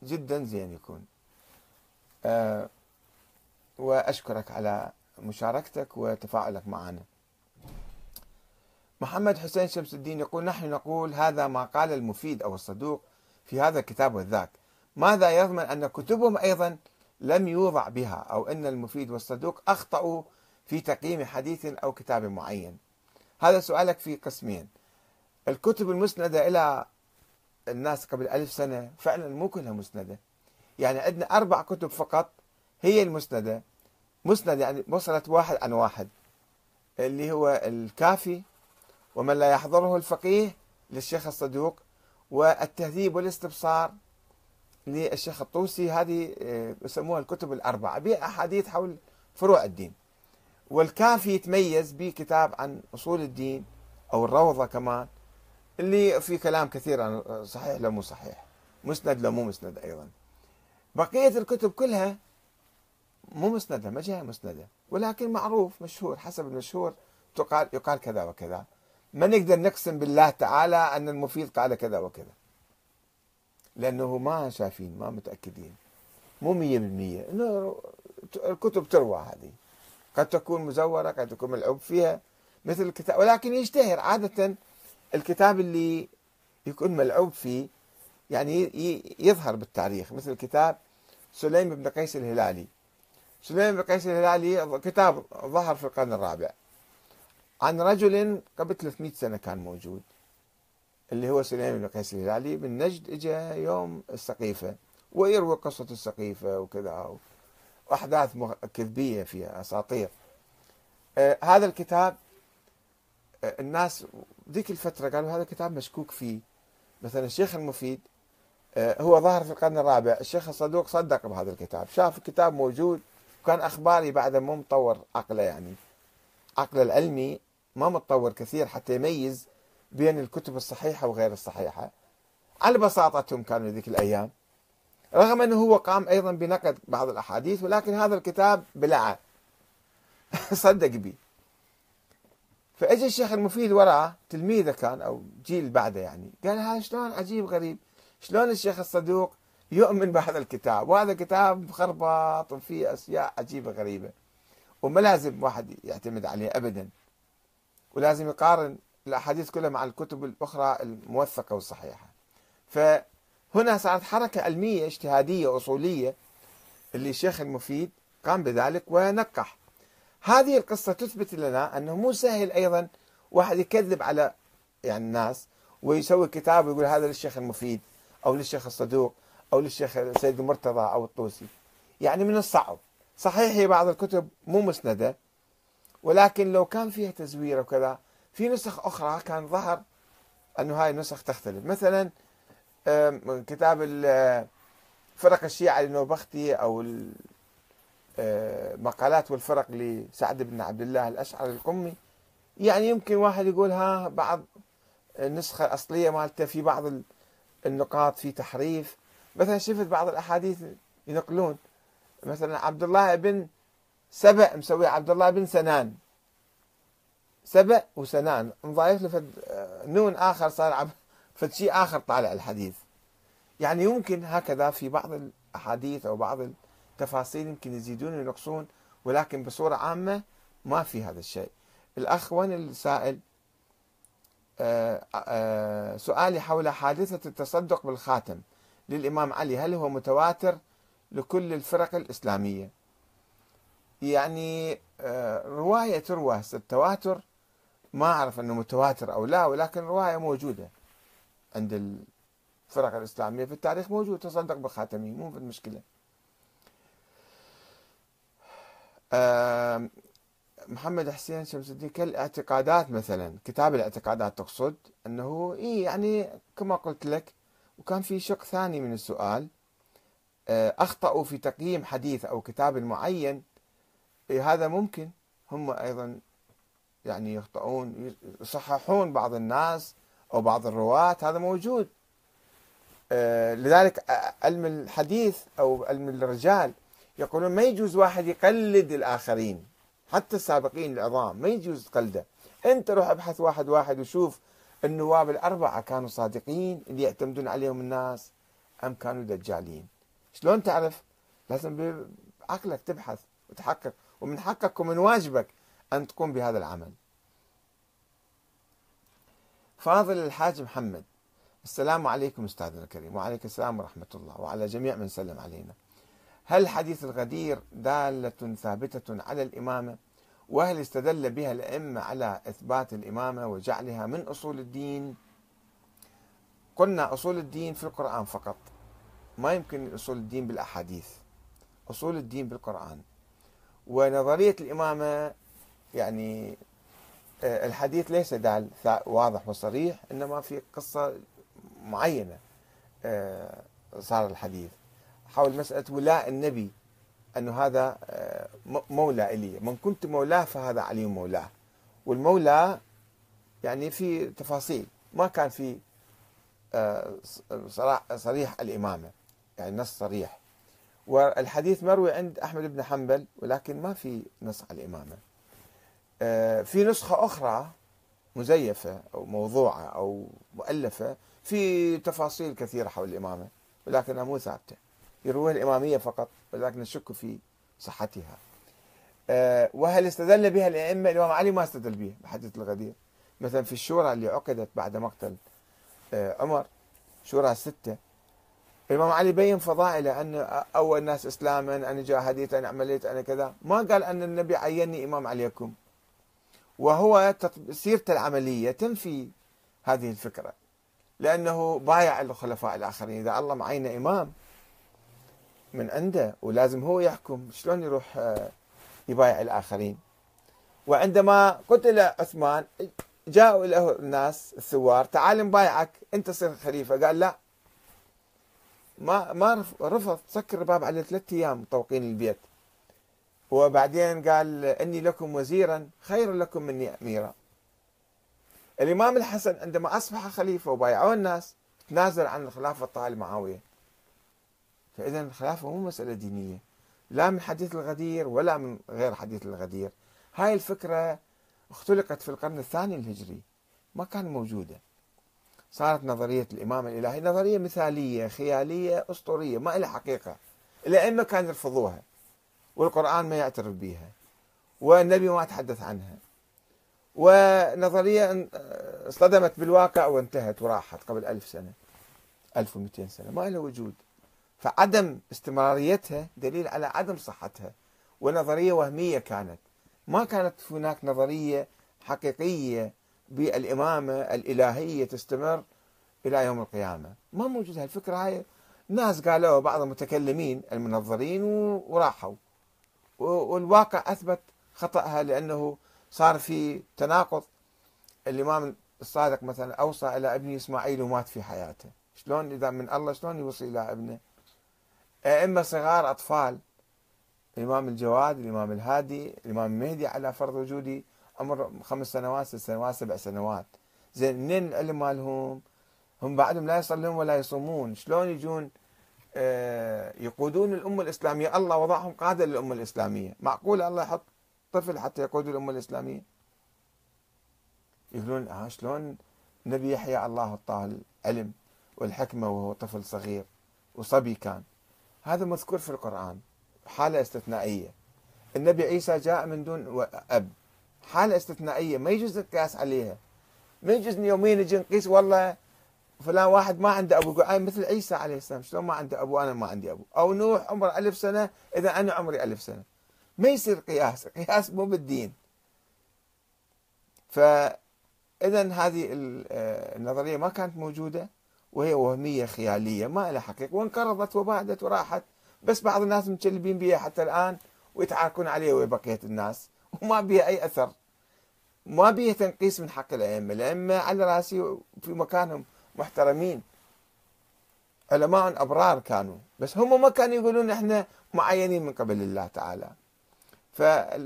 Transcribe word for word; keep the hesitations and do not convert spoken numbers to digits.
جدا زين يكون. أه وأشكرك على مشاركتك وتفاعلك معنا. محمد حسين شمس الدين يقول: نحن نقول هذا ما قال المفيد أو الصدوق في هذا الكتاب والذاك، ماذا يضمن أن كتبهم أيضا لم يوضع بها، أو أن المفيد والصدوق أخطأوا في تقييم حديث أو كتاب معين؟ هذا سؤالك في قسمين. الكتب المسندة إلى الناس قبل ألف سنة فعلا مو كلها مسندة، يعني عندنا أربع كتب فقط هي المسندة، مسند يعني وصلت واحد عن واحد، اللي هو الكافي، ومن لا يحضره الفقيه للشيخ الصدوق، والتهذيب والاستبصار للشيخ الطوسي. هذه يسموها الكتب الأربعة بها أحاديث حول فروع الدين. والكافي يتميز بكتاب عن أصول الدين، أو الروضة كمان، اللي في كلام كثير عن صحيح لو مو صحيح، مسند لو مو مسند أيضا. بقية الكتب كلها مو مسندة، ما جاء مسندة، ولكن معروف مشهور، حسب المشهور تقال يقال كذا وكذا. ما نقدر نقسم بالله تعالى أن المفيد قال كذا وكذا، لأنه ما شايفين، ما متأكدين، مو مية بالمية. إنه الكتب تروى، هذه قد تكون مزورة، قد تكون ملعوب فيها مثل الكتاب، ولكن يشتهر عادة الكتاب اللي يكون ملعوب فيه، يعني يظهر بالتاريخ، مثل كتاب سليم بن قيس الهلالي. سليم بن قيس الهلالي كتاب ظهر في القرن الرابع عن رجل قبل ثلاثمئة سنة كان موجود، اللي هو سليم بن قيس الهلالي من نجد، اجى يوم السقيفة ويروي قصة السقيفة وكذا، وأحداث كذبية فيها، أساطير. آه هذا الكتاب آه الناس ذيك الفترة قالوا هذا الكتاب مشكوك فيه. مثلا الشيخ المفيد آه هو ظهر في القرن الرابع، الشيخ الصدوق صدق بهذا الكتاب، شاف الكتاب موجود، وكان أخباري بعد مو مطور عقله، يعني عقله العلمي ما متطور كثير حتى يميز بين الكتب الصحيحة وغير الصحيحة على بساطتهم كانوا ذيك الأيام، رغم أنه هو قام أيضا بنقد بعض الأحاديث، ولكن هذا الكتاب بلعه صدق به. فأجى الشيخ المفيد وراه، تلميذه كان أو جيل بعده، يعني قال هذا شلون عجيب غريب، شلون الشيخ الصدوق يؤمن بهذا الكتاب، وهذا كتاب مخربط وفيه أشياء عجيبة غريبة، وما لازم واحد يعتمد عليه أبدا، ولازم يقارن الأحاديث كلها مع الكتب الأخرى الموثقة والصحيحة. فهنا صارت حركة علمية اجتهادية أصولية، اللي الشيخ المفيد قام بذلك ونقح. هذه القصة تثبت لنا أنه مو سهل أيضا واحد يكذب على يعني الناس ويسوي كتاب ويقول هذا للشيخ المفيد أو للشيخ الصدوق أو للشيخ سيد المرتضى أو الطوسي، يعني من الصعب. صحيح هي بعض الكتب مو مسندة، ولكن لو كان فيها تزوير وكذا، في نسخ أخرى كان ظهر أنه هاي النسخ تختلف. مثلا كتاب فرق الشيعة للنوبختي، أو مقالات والفرق لسعد بن عبد الله الأشعري القمي، يعني يمكن واحد يقول ها بعض النسخة الأصلية مالته في بعض النقاط في تحريف. مثلا شفت بعض الأحاديث ينقلون مثلا عبد الله بن سبأ مسوي عبد الله بن سنان، سبأ وسنان مضايف له فد نون آخر، صار عب فد شيء آخر طالع الحديث. يعني يمكن هكذا في بعض الأحاديث أو بعض التفاصيل يمكن يزيدون وينقصون، ولكن بصورة عامة ما في هذا الشيء. الأخ وين السائل؟ آآ آآ سؤالي حول حادثة التصدق بالخاتم للإمام علي، هل هو متواتر لكل الفرق الإسلامية؟ يعني رواية تروى، التواتر ما أعرف أنه متواتر أو لا، ولكن رواية موجودة عند الفرق الإسلامية في التاريخ، موجود تصدق بالخاتمي، مو في المشكلة. محمد حسين شمس الدين: كالاعتقادات مثلا، كتاب الاعتقادات تقصد أنه إيه؟ يعني كما قلت لك، وكان في شق ثاني من السؤال، أخطأوا في تقييم حديث أو كتاب معين. إيه هذا ممكن هم أيضا يعني يخطئون، يصححون بعض الناس أو بعض الرواة، هذا موجود. آه لذلك علم الحديث أو علم الرجال يقولون ما يجوز واحد يقلد الآخرين، حتى السابقين العظام ما يجوز قلده. أنت روح ابحث واحد واحد وشوف النواب الأربعة كانوا صادقين اللي يعتمدون عليهم الناس، أم كانوا دجالين. شلون تعرف؟ لازم بعقلك تبحث وتحقق، ومن حقك ومن واجبك أن تقوم بهذا العمل. فاضل الحاج محمد: السلام عليكم أستاذنا الكريم. وعليكم السلام ورحمة الله، وعلى جميع من سلم علينا. هل حديث الغدير دالة ثابتة على الإمامة؟ وهل استدل بها الأئمة على إثبات الإمامة وجعلها من أصول الدين؟ قلنا أصول الدين في القرآن فقط، ما يمكن أصول الدين بالأحاديث، أصول الدين بالقرآن. ونظرية الإمامة يعني الحديث ليس دال واضح وصريح، إنما في قصة معينة صار الحديث حول مسألة ولاء النبي، أنه هذا مولى إلي، من كنت مولاه فهذا علي مولاه. والمولى يعني في تفاصيل، ما كان في صريح الإمامة، يعني نص صريح. والحديث مروي عند أحمد بن حنبل، ولكن ما في نص على الإمامة. في نسخة أخرى مزيفة أو موضوعة أو مؤلفة في تفاصيل كثيرة حول الإمامة، ولكنها مو ثابتة، يروها الإمامية فقط، ولكن نشك في صحتها. وهل استدل بها الأئمة؟ الإمام علي ما استدل بها بحديث الغدير. مثلا في الشورى اللي عقدت بعد مقتل عمر، شورى الستة، الإمام علي بين فضائله، أن أول ناس إسلاما، أنا جاهدت، أنا عملت، أنا كذا. ما قال أن النبي عيني إمام عليكم، وهو سيرته العملية تنفي هذه الفكرة، لأنه بايع الخلفاء الآخرين. إذا الله معينه إمام من عنده ولازم هو يحكم، شلون يروح يبايع الآخرين؟ وعندما قتل عثمان جاءوا له الناس الثوار: تعال نبايعك أنت صير خليفة. قال لا، ما ما رفض، سكر الباب على ثلاثة أيام طوقين البيت. وبعدين قال: إني لكم وزيرا خير لكم مني أميرا. الإمام الحسن عندما أصبح خليفة وبايعوا الناس تنازل عن الخلافة الطالب معاوية. فإذا الخلافة مو مسألة دينية، لا من حديث الغدير ولا من غير حديث الغدير. هاي الفكرة اختلقت في القرن الثاني الهجري، ما كانت موجودة. صارت نظرية الإمامة الإلهي نظرية مثالية خيالية أسطورية ما لها حقيقة. الأئمة كانوا يرفضوها، والقرآن ما يعترف بها، والنبي ما تحدث عنها، ونظرية اصطدمت بالواقع وانتهت وراحت قبل ألف سنة، ألف ومئتين سنة، ما لها وجود. فعدم استمراريتها دليل على عدم صحتها، ونظرية وهمية كانت، ما كانت هناك نظرية حقيقية بالإمامة الإلهية تستمر إلى يوم القيامة. ما موجود هالفكرة هاي، ناس قالوا بعض المتكلمين المنظرين وراحوا، والواقع أثبت خطأها، لأنه صار في تناقض. الإمام الصادق مثلا أوصى إلى ابنه إسماعيل ومات في حياته، شلون إذا من الله شلون يوصي إلى ابنه؟ أئمة صغار أطفال، الإمام الجواد، الإمام الهادي، الإمام المهدي على فرض وجودي عمر خمس سنوات، ست سنوات، سبع سنوات. زين منين العلم مالهم؟ هم بعدهم لا يصلون ولا يصومون، شلون يجون آه يقودون الأمة الإسلامية؟ الله وضعهم قادة للأمة الإسلامية، معقول الله يحط طفل حتى يقود الأمة الإسلامية؟ يقولون آه شلون نبي يحيى الله أعطاه العلم والحكمة وهو طفل صغير وصبي كان؟ هذا مذكور في القرآن، حالة استثنائية. النبي عيسى جاء من دون أب، حالة استثنائية ما يجوز القياس عليها. ما يجوز يومين نجي نقيس والله فلان واحد ما عنده أبو، يقول مثل عيسى عليه السلام، شلون ما عنده أبو أنا ما عندي أبو؟ أو نوح عمره ألف سنة إذا أنا عمري ألف سنة. ما يصير قياس، قياس مو بالدين. فإذا هذه النظرية ما كانت موجودة، وهي وهمية خيالية ما لها حقيقة، وانقرضت وبعدت وراحت، بس بعض الناس متشلبين بها حتى الآن ويتعاركون عليها ويا بقية الناس، وما بها أي أثر، ما بها تنقيس من حق الأئمة. الأئمة على راسي في مكانهم محترمين، علماء أبرار كانوا، بس هم ما كانوا يقولون إحنا معينين من قبل الله تعالى. ف